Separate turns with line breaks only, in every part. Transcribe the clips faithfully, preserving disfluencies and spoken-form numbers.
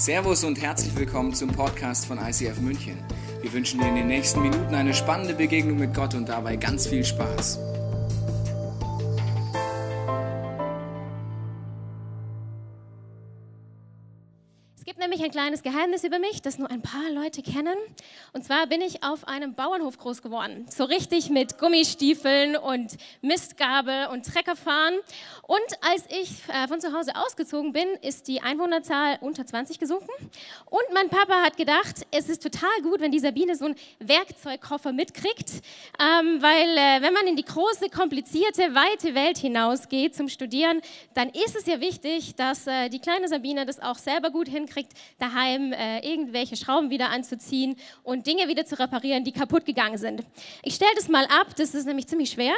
Servus und herzlich willkommen zum Podcast von I C F München. Wir wünschen dir in den nächsten Minuten eine spannende Begegnung mit Gott und dabei ganz viel Spaß.
Es gibt nämlich ein kleines Geheimnis über mich, das nur ein paar Leute kennen. Und zwar bin ich auf einem Bauernhof groß geworden. So richtig mit Gummistiefeln und Mistgabel und Treckerfahren. Und als ich äh, von zu Hause ausgezogen bin, ist die Einwohnerzahl unter zwanzig gesunken. Und mein Papa hat gedacht, es ist total gut, wenn die Sabine so einen Werkzeugkoffer mitkriegt. Ähm, weil äh, wenn man in die große, komplizierte, weite Welt hinausgeht zum Studieren, dann ist es ja wichtig, dass äh, die kleine Sabine das auch selber gut hinkriegt, daheim äh, irgendwelche Schrauben wieder anzuziehen und Dinge wieder zu reparieren, die kaputt gegangen sind. Ich stelle das mal ab, das ist nämlich ziemlich schwer.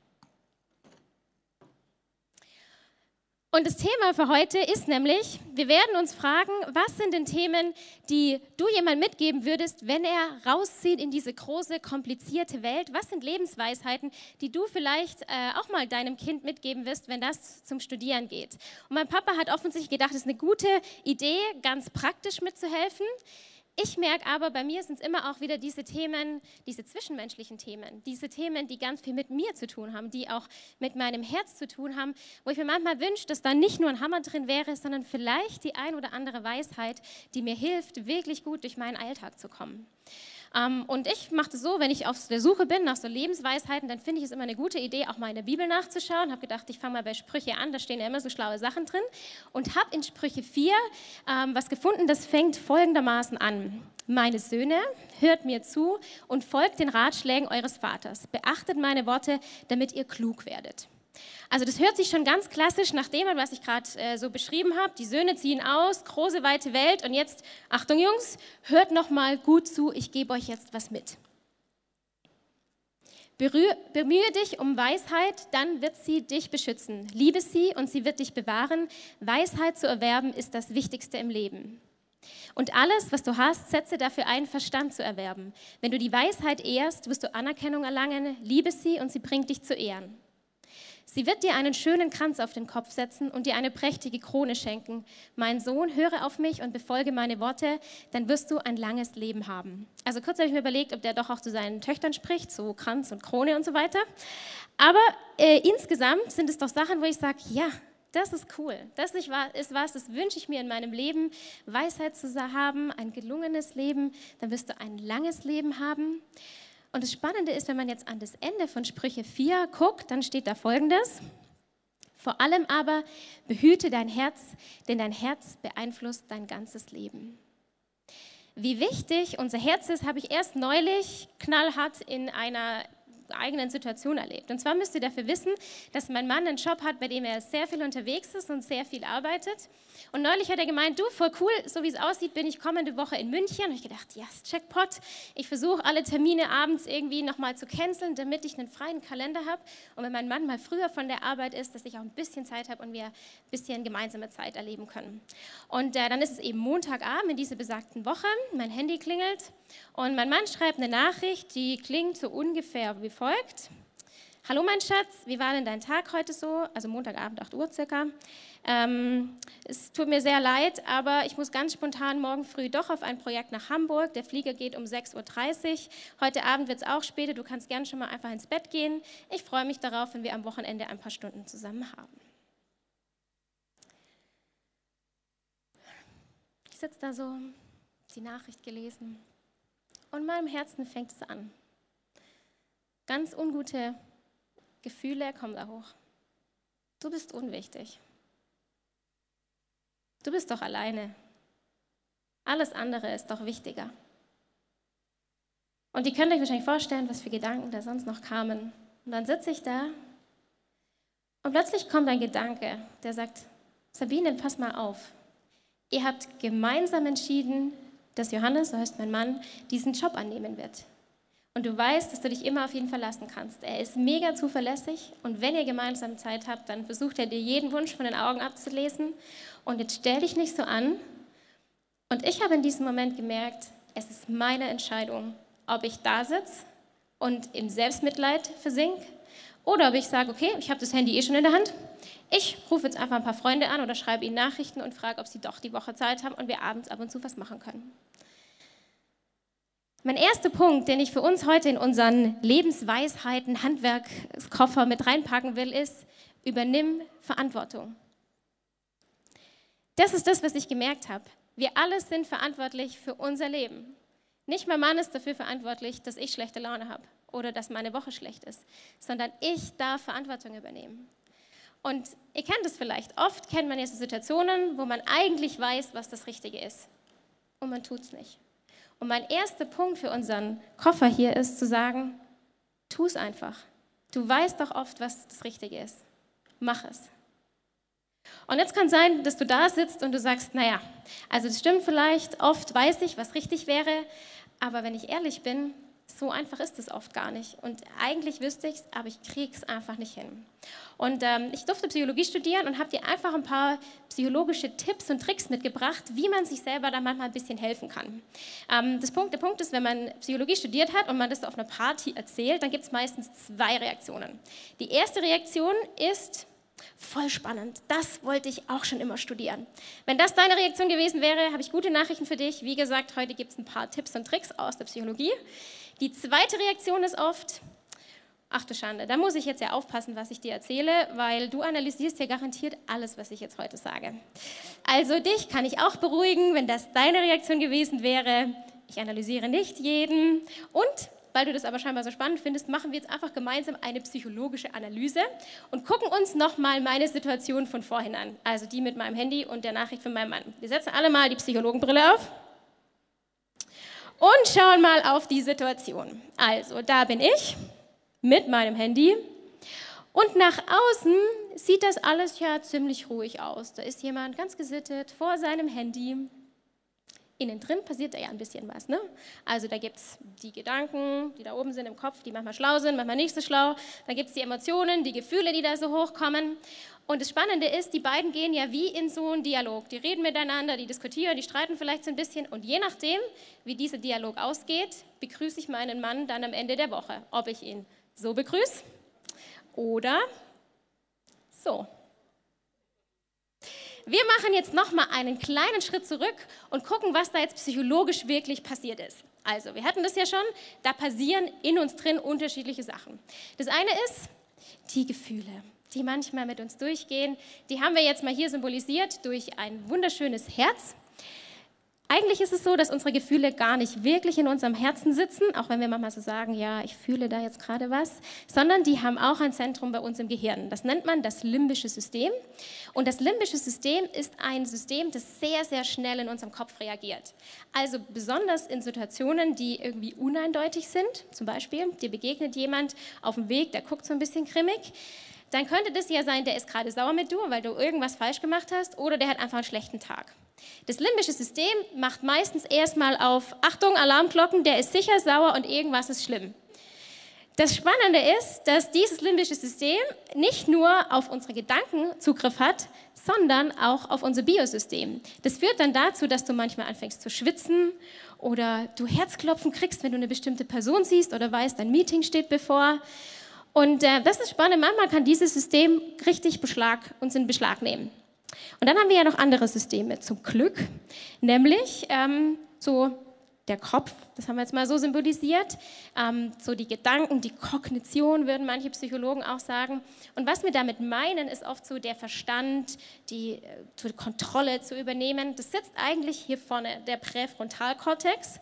Und das Thema für heute ist nämlich, wir werden uns fragen, was sind denn Themen, die du jemandem mitgeben würdest, wenn er rauszieht in diese große, komplizierte Welt? Was sind Lebensweisheiten, die du vielleicht äh, auch mal deinem Kind mitgeben wirst, wenn das zum Studieren geht? Und mein Papa hat offensichtlich gedacht, es ist eine gute Idee, ganz praktisch mitzuhelfen. Ich merke aber, bei mir sind es immer auch wieder diese Themen, diese zwischenmenschlichen Themen, diese Themen, die ganz viel mit mir zu tun haben, die auch mit meinem Herz zu tun haben, wo ich mir manchmal wünsche, dass da nicht nur ein Hammer drin wäre, sondern vielleicht die ein oder andere Weisheit, die mir hilft, wirklich gut durch meinen Alltag zu kommen. Um, und ich mache das so, wenn ich auf der Suche bin nach so Lebensweisheiten, dann finde ich es immer eine gute Idee, auch mal in der Bibel nachzuschauen. Habe gedacht, ich fange mal bei Sprüche an, da stehen ja immer so schlaue Sachen drin. Und habe in Sprüche vier ähm, was gefunden, das fängt folgendermaßen an. Meine Söhne, hört mir zu und folgt den Ratschlägen eures Vaters. Beachtet meine Worte, damit ihr klug werdet. Also das hört sich schon ganz klassisch nach dem an, was ich gerade äh, so beschrieben habe. Die Söhne ziehen aus, große, weite Welt und jetzt, Achtung Jungs, hört noch mal gut zu, ich gebe euch jetzt was mit. Berühr, bemühe dich um Weisheit, dann wird sie dich beschützen. Liebe sie und sie wird dich bewahren. Weisheit zu erwerben ist das Wichtigste im Leben. Und alles, was du hast, setze dafür ein, Verstand zu erwerben. Wenn du die Weisheit ehrst, wirst du Anerkennung erlangen, liebe sie und sie bringt dich zu Ehren. Sie wird dir einen schönen Kranz auf den Kopf setzen und dir eine prächtige Krone schenken. Mein Sohn, höre auf mich und befolge meine Worte, dann wirst du ein langes Leben haben. Also kurz habe ich mir überlegt, ob der doch auch zu seinen Töchtern spricht, so Kranz und Krone und so weiter. Aber äh, insgesamt sind es doch Sachen, wo ich sage, ja, das ist cool. Das ist was, das wünsche ich mir in meinem Leben, Weisheit zu haben, ein gelungenes Leben, dann wirst du ein langes Leben haben. Und das Spannende ist, wenn man jetzt an das Ende von Sprüche vier guckt, dann steht da Folgendes. Vor allem aber behüte dein Herz, denn dein Herz beeinflusst dein ganzes Leben. Wie wichtig unser Herz ist, habe ich erst neulich knallhart in einer eigenen Situation erlebt. Und zwar müsst ihr dafür wissen, dass mein Mann einen Job hat, bei dem er sehr viel unterwegs ist und sehr viel arbeitet. Und neulich hat er gemeint, du, voll cool, so wie es aussieht, bin ich kommende Woche in München. Und ich gedacht, ja, yes, Jackpot. Ich versuche alle Termine abends irgendwie nochmal zu canceln, damit ich einen freien Kalender habe. Und wenn mein Mann mal früher von der Arbeit ist, dass ich auch ein bisschen Zeit habe und wir ein bisschen gemeinsame Zeit erleben können. Und äh, dann ist es eben Montagabend in dieser besagten Woche. Mein Handy klingelt und mein Mann schreibt eine Nachricht, die klingt so ungefähr wie folgt. Hallo mein Schatz, wie war denn dein Tag heute so? Also Montagabend, acht Uhr circa. Ähm, es tut mir sehr leid, aber ich muss ganz spontan morgen früh doch auf ein Projekt nach Hamburg. Der Flieger geht um sechs Uhr dreißig. Heute Abend wird es auch später. Du kannst gerne schon mal einfach ins Bett gehen. Ich freue mich darauf, wenn wir am Wochenende ein paar Stunden zusammen haben. Ich sitze da so, die Nachricht gelesen und in meinem Herzen fängt es an. Ganz ungute Gefühle kommen da hoch. Du bist unwichtig. Du bist doch alleine. Alles andere ist doch wichtiger. Und ihr könnt euch wahrscheinlich vorstellen, was für Gedanken da sonst noch kamen. Und dann sitze ich da und plötzlich kommt ein Gedanke, der sagt, Sabine, pass mal auf. Ihr habt gemeinsam entschieden, dass Johannes, so heißt mein Mann, diesen Job annehmen wird. Und du weißt, dass du dich immer auf ihn verlassen kannst. Er ist mega zuverlässig und wenn ihr gemeinsam Zeit habt, dann versucht er dir jeden Wunsch von den Augen abzulesen. Und jetzt stell dich nicht so an. Und ich habe in diesem Moment gemerkt, es ist meine Entscheidung, ob ich da sitze und im Selbstmitleid versink Oder ob ich sage, okay, ich habe das Handy eh schon in der Hand, ich rufe jetzt einfach ein paar Freunde an oder schreibe ihnen Nachrichten und frage, ob sie doch die Woche Zeit haben und wir abends ab und zu was machen können. Mein erster Punkt, den ich für uns heute in unseren Lebensweisheiten, Handwerkskoffer mit reinpacken will, ist, übernimm Verantwortung. Das ist das, was ich gemerkt habe. Wir alle sind verantwortlich für unser Leben. Nicht mein Mann ist dafür verantwortlich, dass ich schlechte Laune habe oder dass meine Woche schlecht ist, sondern ich darf Verantwortung übernehmen. Und ihr kennt es vielleicht, oft kennt man jetzt Situationen, wo man eigentlich weiß, was das Richtige ist und man tut es nicht. Und mein erster Punkt für unseren Koffer hier ist zu sagen, tu es einfach. Du weißt doch oft, was das Richtige ist. Mach es. Und jetzt kann sein, dass du da sitzt und du sagst, naja, also das stimmt vielleicht, oft weiß ich, was richtig wäre, aber wenn ich ehrlich bin, so einfach ist es oft gar nicht. Und eigentlich wüsste ich es, aber ich kriege es einfach nicht hin. Und ähm, ich durfte Psychologie studieren und habe dir einfach ein paar psychologische Tipps und Tricks mitgebracht, wie man sich selber da manchmal ein bisschen helfen kann. Ähm, das Punkt, der Punkt ist, wenn man Psychologie studiert hat und man das auf einer Party erzählt, dann gibt es meistens zwei Reaktionen. Die erste Reaktion ist, voll spannend, das wollte ich auch schon immer studieren. Wenn das deine Reaktion gewesen wäre, habe ich gute Nachrichten für dich. Wie gesagt, heute gibt es ein paar Tipps und Tricks aus der Psychologie. Die zweite Reaktion ist oft, ach du Schande, da muss ich jetzt ja aufpassen, was ich dir erzähle, weil du analysierst ja garantiert alles, was ich jetzt heute sage. Also dich kann ich auch beruhigen, wenn das deine Reaktion gewesen wäre. Ich analysiere nicht jeden und weil du das aber scheinbar so spannend findest, machen wir jetzt einfach gemeinsam eine psychologische Analyse und gucken uns nochmal meine Situation von vorhin an, also die mit meinem Handy und der Nachricht von meinem Mann. Wir setzen alle mal die Psychologenbrille auf und schauen mal auf die Situation. Also, da bin ich mit meinem Handy und nach außen sieht das alles ja ziemlich ruhig aus. Da ist jemand ganz gesittet vor seinem Handy. Innen drin passiert da ja ein bisschen was, ne? Also da gibt es die Gedanken, die da oben sind im Kopf, die manchmal schlau sind, manchmal nicht so schlau. Dann gibt es die Emotionen, die Gefühle, die da so hochkommen. Und das Spannende ist, die beiden gehen ja wie in so einen Dialog. Die reden miteinander, die diskutieren, die streiten vielleicht so ein bisschen. Und je nachdem, wie dieser Dialog ausgeht, begrüße ich meinen Mann dann am Ende der Woche. Ob ich ihn so begrüße oder so. Wir machen jetzt nochmal einen kleinen Schritt zurück und gucken, was da jetzt psychologisch wirklich passiert ist. Also, wir hatten das ja schon, da passieren in uns drin unterschiedliche Sachen. Das eine ist die Gefühle, die manchmal mit uns durchgehen. Die haben wir jetzt mal hier symbolisiert durch ein wunderschönes Herz. Eigentlich ist es so, dass unsere Gefühle gar nicht wirklich in unserem Herzen sitzen, auch wenn wir manchmal so sagen, ja, ich fühle da jetzt gerade was, sondern die haben auch ein Zentrum bei uns im Gehirn. Das nennt man das limbische System. Und das limbische System ist ein System, das sehr, sehr schnell in unserem Kopf reagiert. Also besonders in Situationen, die irgendwie uneindeutig sind, zum Beispiel, dir begegnet jemand auf dem Weg, der guckt so ein bisschen grimmig, dann könnte das ja sein, der ist gerade sauer mit dir, weil du irgendwas falsch gemacht hast, oder der hat einfach einen schlechten Tag. Das limbische System macht meistens erstmal auf, Achtung, Alarmglocken, der ist sicher sauer und irgendwas ist schlimm. Das Spannende ist, dass dieses limbische System nicht nur auf unsere Gedanken Zugriff hat, sondern auch auf unser Biosystem. Das führt dann dazu, dass du manchmal anfängst zu schwitzen oder du Herzklopfen kriegst, wenn du eine bestimmte Person siehst oder weißt, ein Meeting steht bevor. Und äh, das ist spannend, manchmal kann dieses System richtig Beschlag, uns in Beschlag nehmen. Und dann haben wir ja noch andere Systeme, zum Glück, nämlich ähm, so der Kopf, das haben wir jetzt mal so symbolisiert, ähm, so die Gedanken, die Kognition, würden manche Psychologen auch sagen. Und was wir damit meinen, ist oft so der Verstand, die, äh, die Kontrolle zu übernehmen. Das sitzt eigentlich hier vorne, der Präfrontalkortex.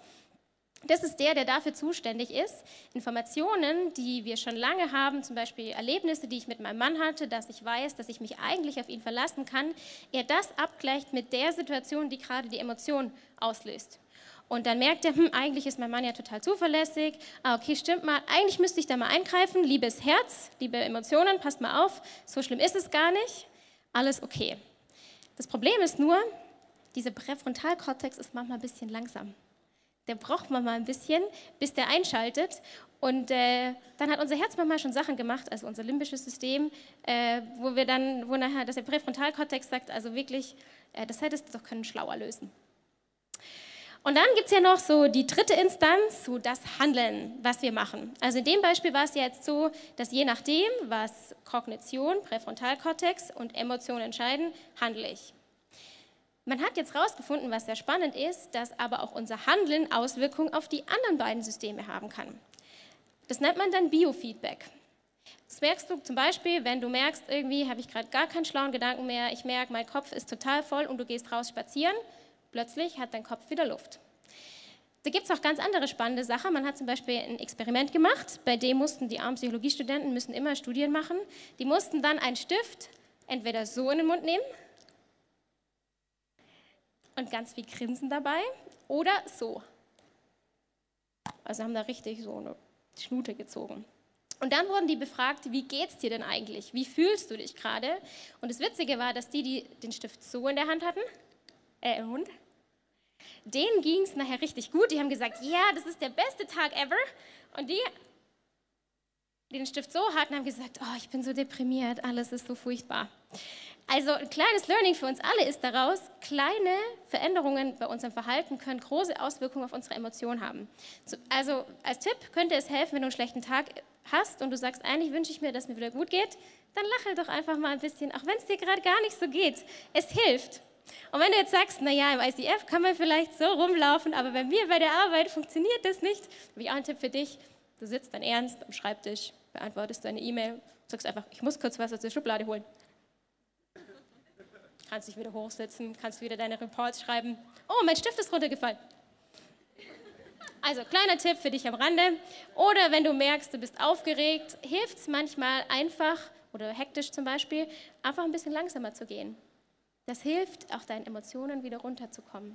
Das ist der, der dafür zuständig ist, Informationen, die wir schon lange haben, zum Beispiel Erlebnisse, die ich mit meinem Mann hatte, dass ich weiß, dass ich mich eigentlich auf ihn verlassen kann, er das abgleicht mit der Situation, die gerade die Emotion auslöst. Und dann merkt er, hm, eigentlich ist mein Mann ja total zuverlässig, ah, okay, stimmt mal, eigentlich müsste ich da mal eingreifen, liebes Herz, liebe Emotionen, passt mal auf, so schlimm ist es gar nicht, alles okay. Das Problem ist nur, dieser Präfrontalkortex ist manchmal ein bisschen langsam. Der braucht man mal ein bisschen, bis der einschaltet. Und äh, dann hat unser Herz manchmal schon Sachen gemacht, also unser limbisches System, äh, wo wir dann, wo nachher, dass der Präfrontalkortex sagt, also wirklich, äh, das hättest du doch können schlauer lösen. Und dann gibt es ja noch so die dritte Instanz, so das Handeln, was wir machen. Also in dem Beispiel war es ja jetzt so, dass je nachdem, was Kognition, Präfrontalkortex und Emotionen entscheiden, handle ich. Man hat jetzt herausgefunden, was sehr spannend ist, dass aber auch unser Handeln Auswirkungen auf die anderen beiden Systeme haben kann. Das nennt man dann Biofeedback. Das merkst du zum Beispiel, wenn du merkst, irgendwie habe ich gerade gar keinen schlauen Gedanken mehr, ich merke, mein Kopf ist total voll und du gehst raus spazieren, plötzlich hat dein Kopf wieder Luft. Da gibt es auch ganz andere spannende Sachen. Man hat zum Beispiel ein Experiment gemacht, bei dem mussten die armen Psychologiestudenten müssen immer Studien machen. Die mussten dann einen Stift entweder so in den Mund nehmen und ganz viel grinsen dabei oder so. Also haben da richtig so eine Schnute gezogen. Und dann wurden die befragt, wie geht's dir denn eigentlich? Wie fühlst du dich gerade? Und das Witzige war, dass die, die den Stift so in der Hand hatten, äh, im Mund, denen ging es nachher richtig gut. Die haben gesagt, ja, das ist der beste Tag ever. Und die, die den Stift so hatten, haben gesagt, oh, ich bin so deprimiert, alles ist so furchtbar. Also ein kleines Learning für uns alle ist daraus, kleine Veränderungen bei unserem Verhalten können große Auswirkungen auf unsere Emotionen haben. Also als Tipp könnte es helfen, wenn du einen schlechten Tag hast und du sagst, eigentlich wünsche ich mir, dass es mir wieder gut geht, dann lachel doch einfach mal ein bisschen, auch wenn es dir gerade gar nicht so geht. Es hilft. Und wenn du jetzt sagst, naja, im I C F kann man vielleicht so rumlaufen, aber bei mir bei der Arbeit funktioniert das nicht, habe ich auch einen Tipp für dich. Du sitzt dann ernst am Schreibtisch, beantwortest deine E-Mail, sagst einfach, ich muss kurz was aus der Schublade holen. Kannst dich wieder hochsetzen, kannst wieder deine Reports schreiben. Oh, mein Stift ist runtergefallen. Also, kleiner Tipp für dich am Rande. Oder wenn du merkst, du bist aufgeregt, hilft es manchmal einfach, oder hektisch zum Beispiel, einfach ein bisschen langsamer zu gehen. Das hilft, auch deinen Emotionen wieder runterzukommen.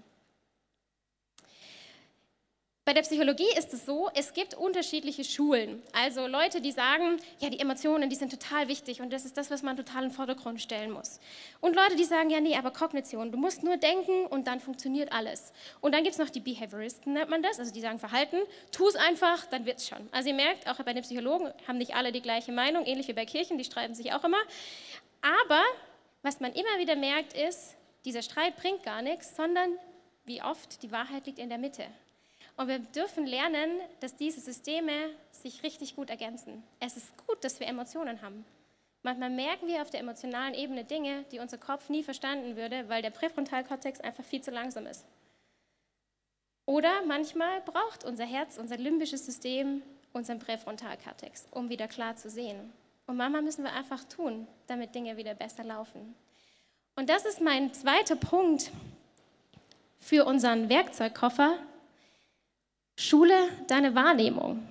Bei der Psychologie ist es so, es gibt unterschiedliche Schulen. Also Leute, die sagen, ja, die Emotionen, die sind total wichtig und das ist das, was man total in den Vordergrund stellen muss. Und Leute, die sagen, ja, nee, aber Kognition, du musst nur denken und dann funktioniert alles. Und dann gibt es noch die Behavioristen, nennt man das, also die sagen Verhalten, tu es einfach, dann wird es schon. Also ihr merkt, auch bei den Psychologen haben nicht alle die gleiche Meinung, ähnlich wie bei Kirchen, die streiten sich auch immer. Aber was man immer wieder merkt ist, dieser Streit bringt gar nichts, sondern wie oft, die Wahrheit liegt in der Mitte. Und wir dürfen lernen, dass diese Systeme sich richtig gut ergänzen. Es ist gut, dass wir Emotionen haben. Manchmal merken wir auf der emotionalen Ebene Dinge, die unser Kopf nie verstanden würde, weil der Präfrontalkortex einfach viel zu langsam ist. Oder manchmal braucht unser Herz, unser limbisches System, unseren Präfrontalkortex, um wieder klar zu sehen. Und manchmal müssen wir einfach tun, damit Dinge wieder besser laufen. Und das ist mein zweiter Punkt für unseren Werkzeugkoffer. Schule deine Wahrnehmung.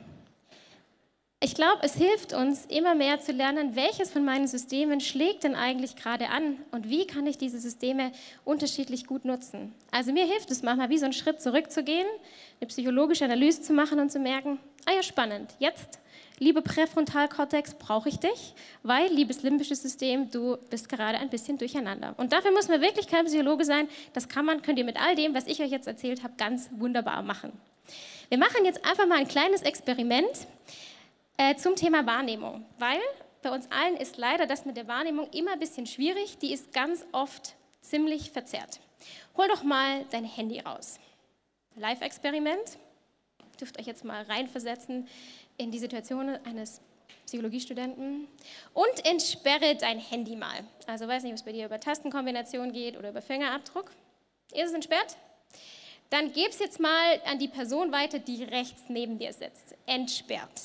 Ich glaube, es hilft uns, immer mehr zu lernen, welches von meinen Systemen schlägt denn eigentlich gerade an und wie kann ich diese Systeme unterschiedlich gut nutzen. Also mir hilft es manchmal, wie so einen Schritt zurückzugehen, eine psychologische Analyse zu machen und zu merken, ah ja, spannend, jetzt, liebe Präfrontalkortex, brauche ich dich, weil, liebes limbisches System, du bist gerade ein bisschen durcheinander. Und dafür muss man wirklich kein Psychologe sein, das kann man, könnt ihr mit all dem, was ich euch jetzt erzählt habe, ganz wunderbar machen. Wir machen jetzt einfach mal ein kleines Experiment äh, zum Thema Wahrnehmung, weil bei uns allen ist leider das mit der Wahrnehmung immer ein bisschen schwierig, die ist ganz oft ziemlich verzerrt. Hol doch mal dein Handy raus. Live-Experiment. Ihr dürft euch jetzt mal reinversetzen in die Situation eines Psychologiestudenten und entsperre dein Handy mal. Also weiß nicht, ob es bei dir über Tastenkombination geht oder über Fingerabdruck. Ist es entsperrt? Dann gib es jetzt mal an die Person weiter, die rechts neben dir sitzt. Entsperrt.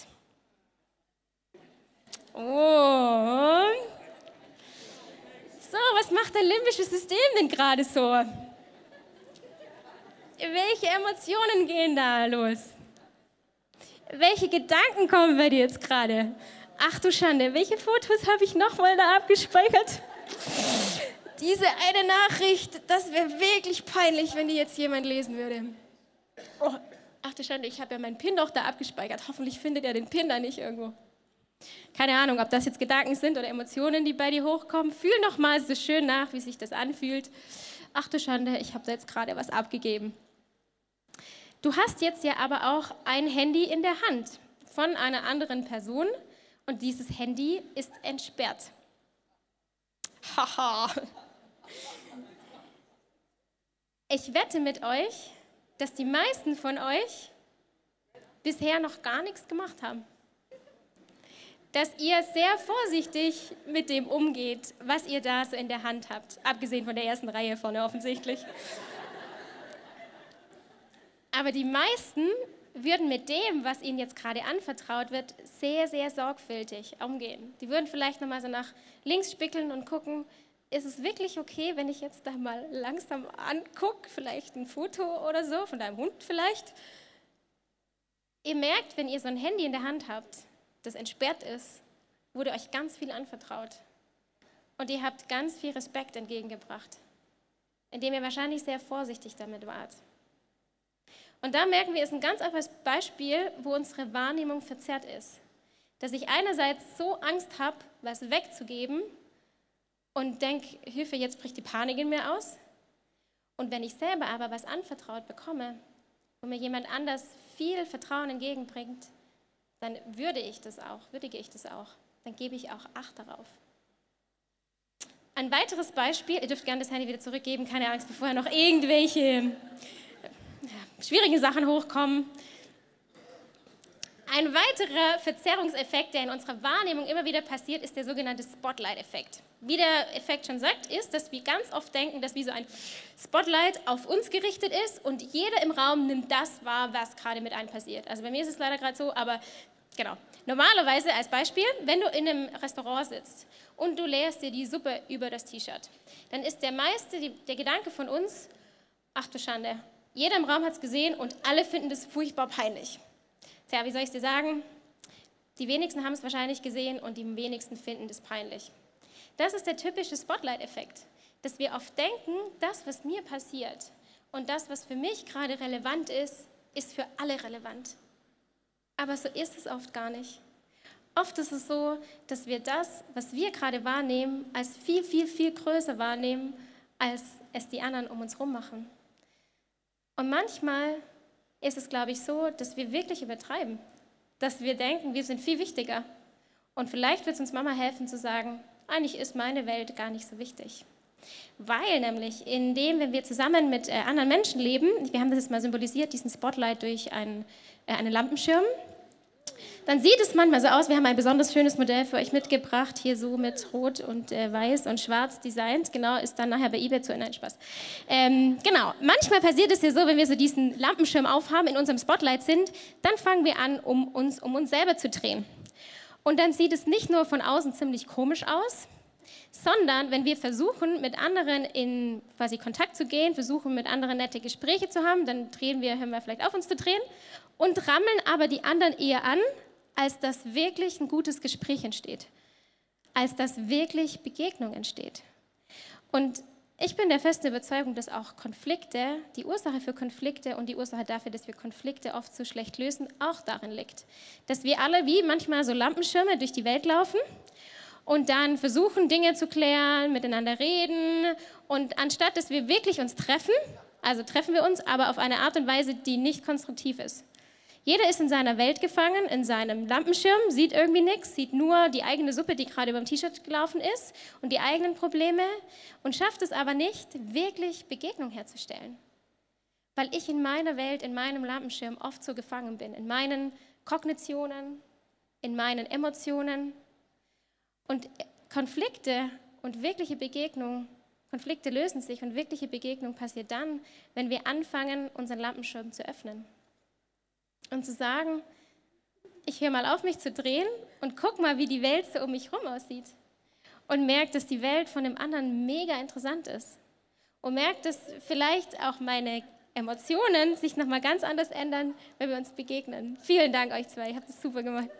Oh. So, was macht dein limbisches System denn gerade so? Welche Emotionen gehen da los? Welche Gedanken kommen bei dir jetzt gerade? Ach du Schande, welche Fotos habe ich nochmal da abgespeichert? Diese eine Nachricht, das wäre wirklich peinlich, wenn die jetzt jemand lesen würde. Oh, ach du Schande, ich habe ja meinen PIN doch da abgespeichert. Hoffentlich findet er den PIN da nicht irgendwo. Keine Ahnung, ob das jetzt Gedanken sind oder Emotionen, die bei dir hochkommen. Fühl noch mal so schön nach, wie sich das anfühlt. Ach du Schande, ich habe da jetzt gerade was abgegeben. Du hast jetzt ja aber auch ein Handy in der Hand von einer anderen Person und dieses Handy ist entsperrt. Haha. Ich wette mit euch, dass die meisten von euch bisher noch gar nichts gemacht haben. Dass ihr sehr vorsichtig mit dem umgeht, was ihr da so in der Hand habt. Abgesehen von der ersten Reihe vorne offensichtlich. Aber die meisten würden mit dem, was ihnen jetzt gerade anvertraut wird, sehr, sehr sorgfältig umgehen. Die würden vielleicht nochmal so nach links spickeln und gucken, ist es wirklich okay, wenn ich jetzt da mal langsam angucke, vielleicht ein Foto oder so, von deinem Hund vielleicht. Ihr merkt, wenn ihr so ein Handy in der Hand habt, das entsperrt ist, wurde euch ganz viel anvertraut. Und ihr habt ganz viel Respekt entgegengebracht, indem ihr wahrscheinlich sehr vorsichtig damit wart. Und da merken wir, es ist ein ganz einfaches Beispiel, wo unsere Wahrnehmung verzerrt ist. Dass ich einerseits so Angst habe, was wegzugeben und denke, Hilfe, jetzt bricht die Panik in mir aus. Und wenn ich selber aber was anvertraut bekomme, wo mir jemand anders viel Vertrauen entgegenbringt, dann würde ich das auch, würdige ich das auch. Dann gebe ich auch Acht darauf. Ein weiteres Beispiel, ihr dürft gerne das Handy wieder zurückgeben, keine Angst, bevor noch irgendwelche ja, schwierige Sachen hochkommen. Ein weiterer Verzerrungseffekt, der in unserer Wahrnehmung immer wieder passiert, ist der sogenannte Spotlight-Effekt. Wie der Effekt schon sagt, ist, dass wir ganz oft denken, dass wie so ein Spotlight auf uns gerichtet ist und jeder im Raum nimmt das wahr, was gerade mit einem passiert. Also bei mir ist es leider gerade so, aber genau. Normalerweise als Beispiel, wenn du in einem Restaurant sitzt und du leerst dir die Suppe über das T-Shirt, dann ist der meiste, die, der Gedanke von uns, ach du Schande, jeder im Raum hat es gesehen und alle finden das furchtbar peinlich. Tja, wie soll ich es dir sagen? Die wenigsten haben es wahrscheinlich gesehen und die wenigsten finden das peinlich. Das ist der typische Spotlight-Effekt, dass wir oft denken, das, was mir passiert und das, was für mich gerade relevant ist, ist für alle relevant. Aber so ist es oft gar nicht. Oft ist es so, dass wir das, was wir gerade wahrnehmen, als viel, viel, viel größer wahrnehmen, als es die anderen um uns herum machen. Und manchmal ist es, glaube ich, so, dass wir wirklich übertreiben, dass wir denken, wir sind viel wichtiger. Und vielleicht wird es uns Mama helfen zu sagen, eigentlich ist meine Welt gar nicht so wichtig. Weil nämlich, indem, wenn wir zusammen mit äh, anderen Menschen leben, wir haben das jetzt mal symbolisiert, diesen Spotlight durch einen, äh, einen Lampenschirm, dann sieht es manchmal so aus, wir haben ein besonders schönes Modell für euch mitgebracht, hier so mit Rot und äh, Weiß und Schwarz designt, genau, ist dann nachher bei eBay zu, nein, Spaß. Ähm, genau, manchmal passiert es ja so, wenn wir so diesen Lampenschirm aufhaben, in unserem Spotlight sind, dann fangen wir an, um uns, um uns selber zu drehen. Und dann sieht es nicht nur von außen ziemlich komisch aus, sondern wenn wir versuchen, mit anderen in quasi Kontakt zu gehen, versuchen, mit anderen nette Gespräche zu haben, dann drehen wir, hören wir vielleicht auf, uns zu drehen und rammeln aber die anderen eher an, als dass wirklich ein gutes Gespräch entsteht, als dass wirklich Begegnung entsteht. Und ich bin der festen Überzeugung, dass auch Konflikte, die Ursache für Konflikte und die Ursache dafür, dass wir Konflikte oft so schlecht lösen, auch darin liegt. Dass wir alle wie manchmal so Lampenschirme durch die Welt laufen und dann versuchen, Dinge zu klären, miteinander reden und anstatt, dass wir wirklich uns treffen, also treffen wir uns, aber auf eine Art und Weise, die nicht konstruktiv ist. Jeder ist in seiner Welt gefangen, in seinem Lampenschirm, sieht irgendwie nichts, sieht nur die eigene Suppe, die gerade über dem T-Shirt gelaufen ist und die eigenen Probleme und schafft es aber nicht, wirklich Begegnung herzustellen. Weil ich in meiner Welt, in meinem Lampenschirm oft so gefangen bin, in meinen Kognitionen, in meinen Emotionen. Und Konflikte und wirkliche Begegnung, Konflikte lösen sich und wirkliche Begegnung passiert dann, wenn wir anfangen, unseren Lampenschirm zu öffnen. Und zu sagen, ich höre mal auf, mich zu drehen und guck mal, wie die Welt so um mich herum aussieht. Und merke, dass die Welt von dem anderen mega interessant ist. Und merke, dass vielleicht auch meine Emotionen sich nochmal ganz anders ändern, wenn wir uns begegnen. Vielen Dank euch zwei, ihr habt es super gemacht.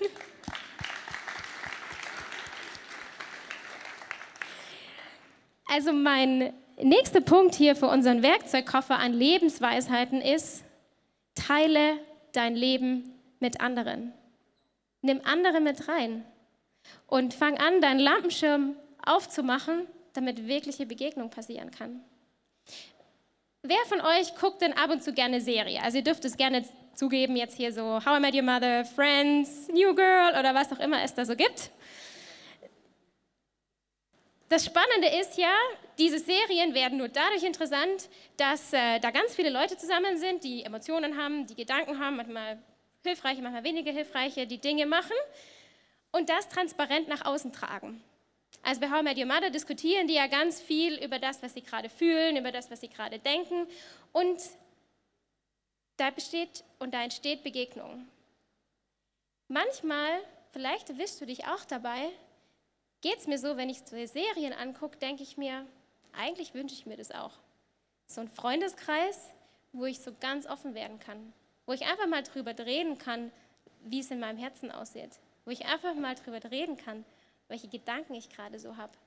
Also mein nächster Punkt hier für unseren Werkzeugkoffer an Lebensweisheiten ist, teile dein Leben mit anderen. Nimm andere mit rein und fang an, deinen Lampenschirm aufzumachen, damit wirkliche Begegnung passieren kann. Wer von euch guckt denn ab und zu gerne Serie? Also ihr dürft es gerne zugeben, jetzt hier so How I Met Your Mother, Friends, New Girl oder was auch immer es da so gibt. Das Spannende ist ja, diese Serien werden nur dadurch interessant, dass äh, da ganz viele Leute zusammen sind, die Emotionen haben, die Gedanken haben, manchmal hilfreiche, manchmal weniger hilfreiche, die Dinge machen und das transparent nach außen tragen. Also bei How I Met Your Mother diskutieren die ja ganz viel über das, was sie gerade fühlen, über das, was sie gerade denken und da besteht und da entsteht Begegnung. Manchmal, vielleicht erwischst du dich auch dabei, geht es mir so, wenn ich so Serien angucke, denke ich mir, eigentlich wünsche ich mir das auch. So ein Freundeskreis, wo ich so ganz offen werden kann, wo ich einfach mal drüber reden kann, wie es in meinem Herzen aussieht, wo ich einfach mal drüber reden kann, welche Gedanken ich gerade so habe.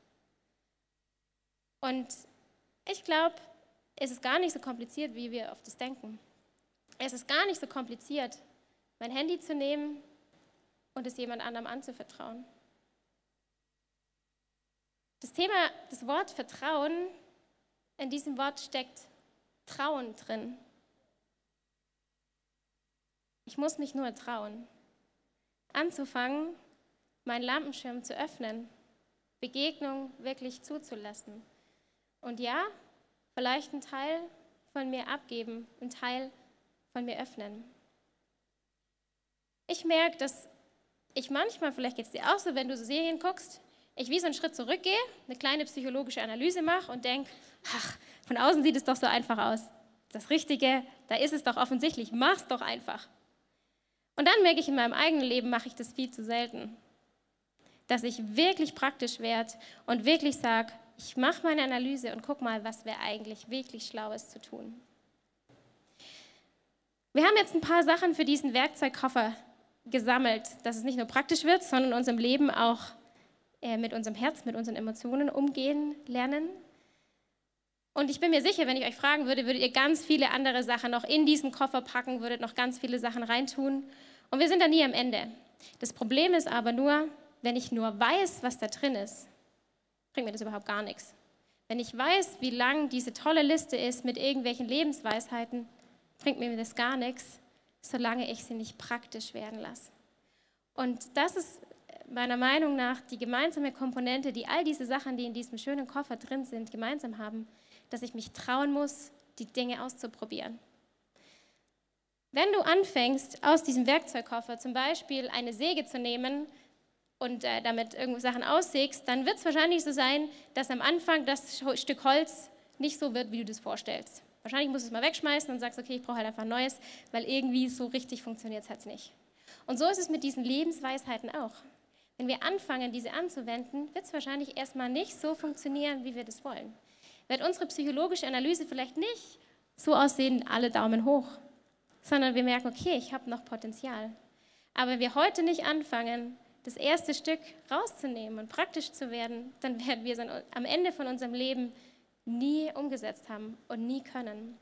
Und ich glaube, es ist gar nicht so kompliziert, wie wir oft das denken. Es ist gar nicht so kompliziert, mein Handy zu nehmen und es jemand anderem anzuvertrauen. Das Thema, das Wort Vertrauen, in diesem Wort steckt Trauen drin. Ich muss mich nur trauen, anzufangen, meinen Lampenschirm zu öffnen, Begegnung wirklich zuzulassen. Und ja, vielleicht einen Teil von mir abgeben, einen Teil von mir öffnen. Ich merke, dass ich manchmal, vielleicht geht es dir auch so, wenn du so Serien guckst, ich wie so einen Schritt zurückgehe, eine kleine psychologische Analyse mache und denke, ach, von außen sieht es doch so einfach aus. Das Richtige, da ist es doch offensichtlich, mach's doch einfach. Und dann merke ich, in meinem eigenen Leben mache ich das viel zu selten. Dass ich wirklich praktisch werde und wirklich sage, ich mache meine Analyse und guck mal, was wäre eigentlich wirklich Schlaues zu tun. Wir haben jetzt ein paar Sachen für diesen Werkzeugkoffer gesammelt, dass es nicht nur praktisch wird, sondern in unserem Leben auch mit unserem Herz, mit unseren Emotionen umgehen lernen. Und ich bin mir sicher, wenn ich euch fragen würde, würdet ihr ganz viele andere Sachen noch in diesen Koffer packen, würdet noch ganz viele Sachen reintun. Und wir sind da nie am Ende. Das Problem ist aber nur, wenn ich nur weiß, was da drin ist, bringt mir das überhaupt gar nichts. Wenn ich weiß, wie lang diese tolle Liste ist mit irgendwelchen Lebensweisheiten, bringt mir das gar nichts, solange ich sie nicht praktisch werden lasse. Und das ist meiner Meinung nach die gemeinsame Komponente, die all diese Sachen, die in diesem schönen Koffer drin sind, gemeinsam haben, dass ich mich trauen muss, die Dinge auszuprobieren. Wenn du anfängst, aus diesem Werkzeugkoffer zum Beispiel eine Säge zu nehmen und äh, damit irgendwelche Sachen aussägst, dann wird es wahrscheinlich so sein, dass am Anfang das Stück Holz nicht so wird, wie du das vorstellst. Wahrscheinlich musst du es mal wegschmeißen und sagst, okay, ich brauche halt einfach ein neues, weil irgendwie so richtig funktioniert es halt nicht. Und so ist es mit diesen Lebensweisheiten auch. Wenn wir anfangen, diese anzuwenden, wird es wahrscheinlich erstmal nicht so funktionieren, wie wir das wollen. Wird unsere psychologische Analyse vielleicht nicht so aussehen, alle Daumen hoch, sondern wir merken, okay, ich habe noch Potenzial. Aber wenn wir heute nicht anfangen, das erste Stück rauszunehmen und praktisch zu werden, dann werden wir es am Ende von unserem Leben nie umgesetzt haben und nie können.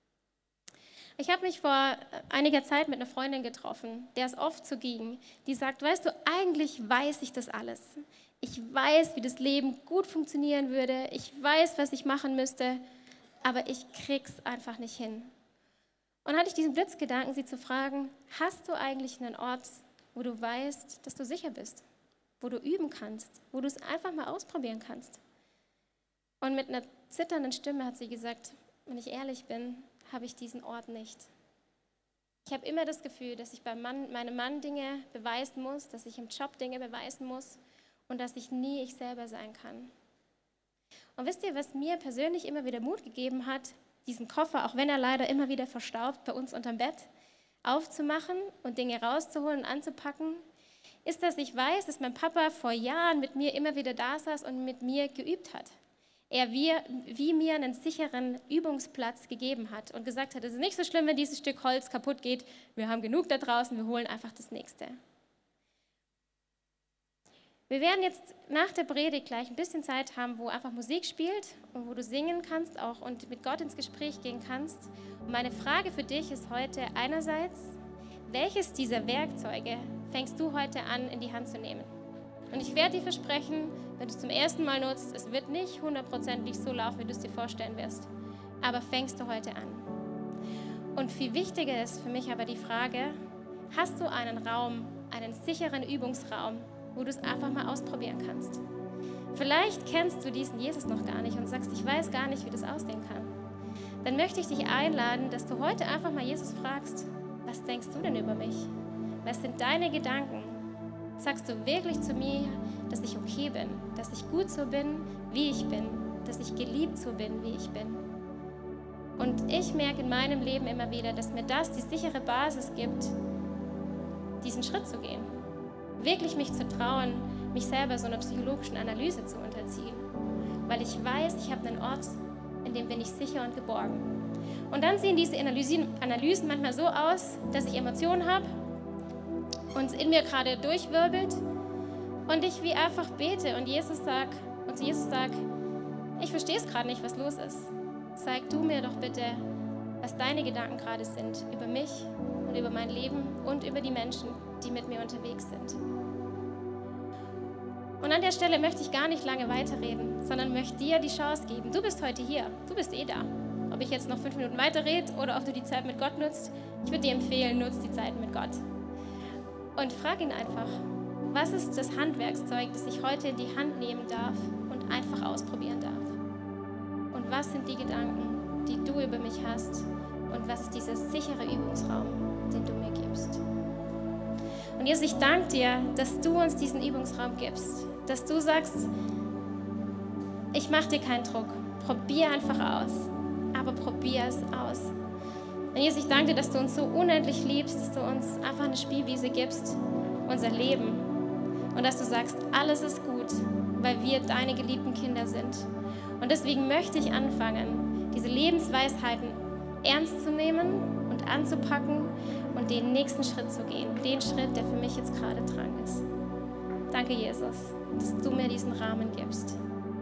Ich habe mich vor einiger Zeit mit einer Freundin getroffen, der es oft so ging, die sagt, weißt du, eigentlich weiß ich das alles. Ich weiß, wie das Leben gut funktionieren würde. Ich weiß, was ich machen müsste, aber ich krieg's einfach nicht hin. Und dann hatte ich diesen Blitzgedanken, sie zu fragen, hast du eigentlich einen Ort, wo du weißt, dass du sicher bist, wo du üben kannst, wo du es einfach mal ausprobieren kannst? Und mit einer zitternden Stimme hat sie gesagt, wenn ich ehrlich bin, habe ich diesen Ort nicht. Ich habe immer das Gefühl, dass ich bei Mann, meinem Mann Dinge beweisen muss, dass ich im Job Dinge beweisen muss und dass ich nie ich selber sein kann. Und wisst ihr, was mir persönlich immer wieder Mut gegeben hat, diesen Koffer, auch wenn er leider immer wieder verstaubt bei uns unterm Bett, aufzumachen und Dinge rauszuholen und anzupacken, ist, dass ich weiß, dass mein Papa vor Jahren mit mir immer wieder da saß und mit mir geübt hat. Er wie, wie mir einen sicheren Übungsplatz gegeben hat und gesagt hat, es ist nicht so schlimm, wenn dieses Stück Holz kaputt geht, wir haben genug da draußen, wir holen einfach das nächste. Wir werden jetzt nach der Predigt gleich ein bisschen Zeit haben, wo einfach Musik spielt und wo du singen kannst auch und mit Gott ins Gespräch gehen kannst. Und meine Frage für dich ist heute einerseits, welches dieser Werkzeuge fängst du heute an, in die Hand zu nehmen? Und ich werde dir versprechen, wenn du es zum ersten Mal nutzt, es wird nicht hundertprozentig so laufen, wie du es dir vorstellen wirst. Aber fängst du heute an. Und viel wichtiger ist für mich aber die Frage, hast du einen Raum, einen sicheren Übungsraum, wo du es einfach mal ausprobieren kannst? Vielleicht kennst du diesen Jesus noch gar nicht und sagst, ich weiß gar nicht, wie das aussehen kann. Dann möchte ich dich einladen, dass du heute einfach mal Jesus fragst, was denkst du denn über mich? Was sind deine Gedanken? Sagst du wirklich zu mir, dass ich okay bin, dass ich gut so bin, wie ich bin, dass ich geliebt so bin, wie ich bin? Und ich merke in meinem Leben immer wieder, dass mir das die sichere Basis gibt, diesen Schritt zu gehen. Wirklich mich zu trauen, mich selber so einer psychologischen Analyse zu unterziehen. Weil ich weiß, ich habe einen Ort, in dem bin ich sicher und geborgen. Und dann sehen diese Analysen, Analysen manchmal so aus, dass ich Emotionen habe und es in mir gerade durchwirbelt und ich wie einfach bete und Jesus sag, und zu Jesus sage, ich verstehe es gerade nicht, was los ist. Zeig du mir doch bitte, was deine Gedanken gerade sind über mich und über mein Leben und über die Menschen, die mit mir unterwegs sind. Und an der Stelle möchte ich gar nicht lange weiterreden, sondern möchte dir die Chance geben. Du bist heute hier, du bist eh da. Ob ich jetzt noch fünf Minuten weiterrede oder ob du die Zeit mit Gott nutzt, ich würde dir empfehlen, nutzt die Zeit mit Gott. Und frag ihn einfach, was ist das Handwerkszeug, das ich heute in die Hand nehmen darf und einfach ausprobieren darf? Und was sind die Gedanken, die du über mich hast? Und was ist dieser sichere Übungsraum, den du mir gibst? Und Jesus, ich danke dir, dass du uns diesen Übungsraum gibst. Dass du sagst, ich mache dir keinen Druck. Probier einfach aus. Aber probier es aus. Und Jesus, ich danke dir, dass du uns so unendlich liebst, dass du uns einfach eine Spielwiese gibst, unser Leben. Und dass du sagst, alles ist gut, weil wir deine geliebten Kinder sind. Und deswegen möchte ich anfangen, diese Lebensweisheiten ernst zu nehmen und anzupacken und den nächsten Schritt zu gehen. Den Schritt, der für mich jetzt gerade dran ist. Danke, Jesus, dass du mir diesen Rahmen gibst.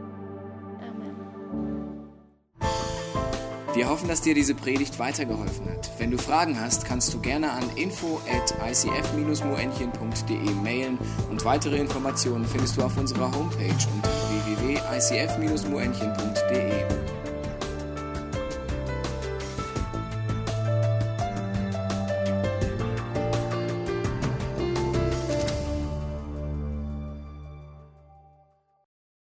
Amen.
Wir hoffen, dass dir diese Predigt weitergeholfen hat. Wenn du Fragen hast, kannst du gerne an info at i c f dash moenchen punkt d e mailen und weitere Informationen findest du auf unserer Homepage unter w w w punkt i c f dash moenchen punkt d e.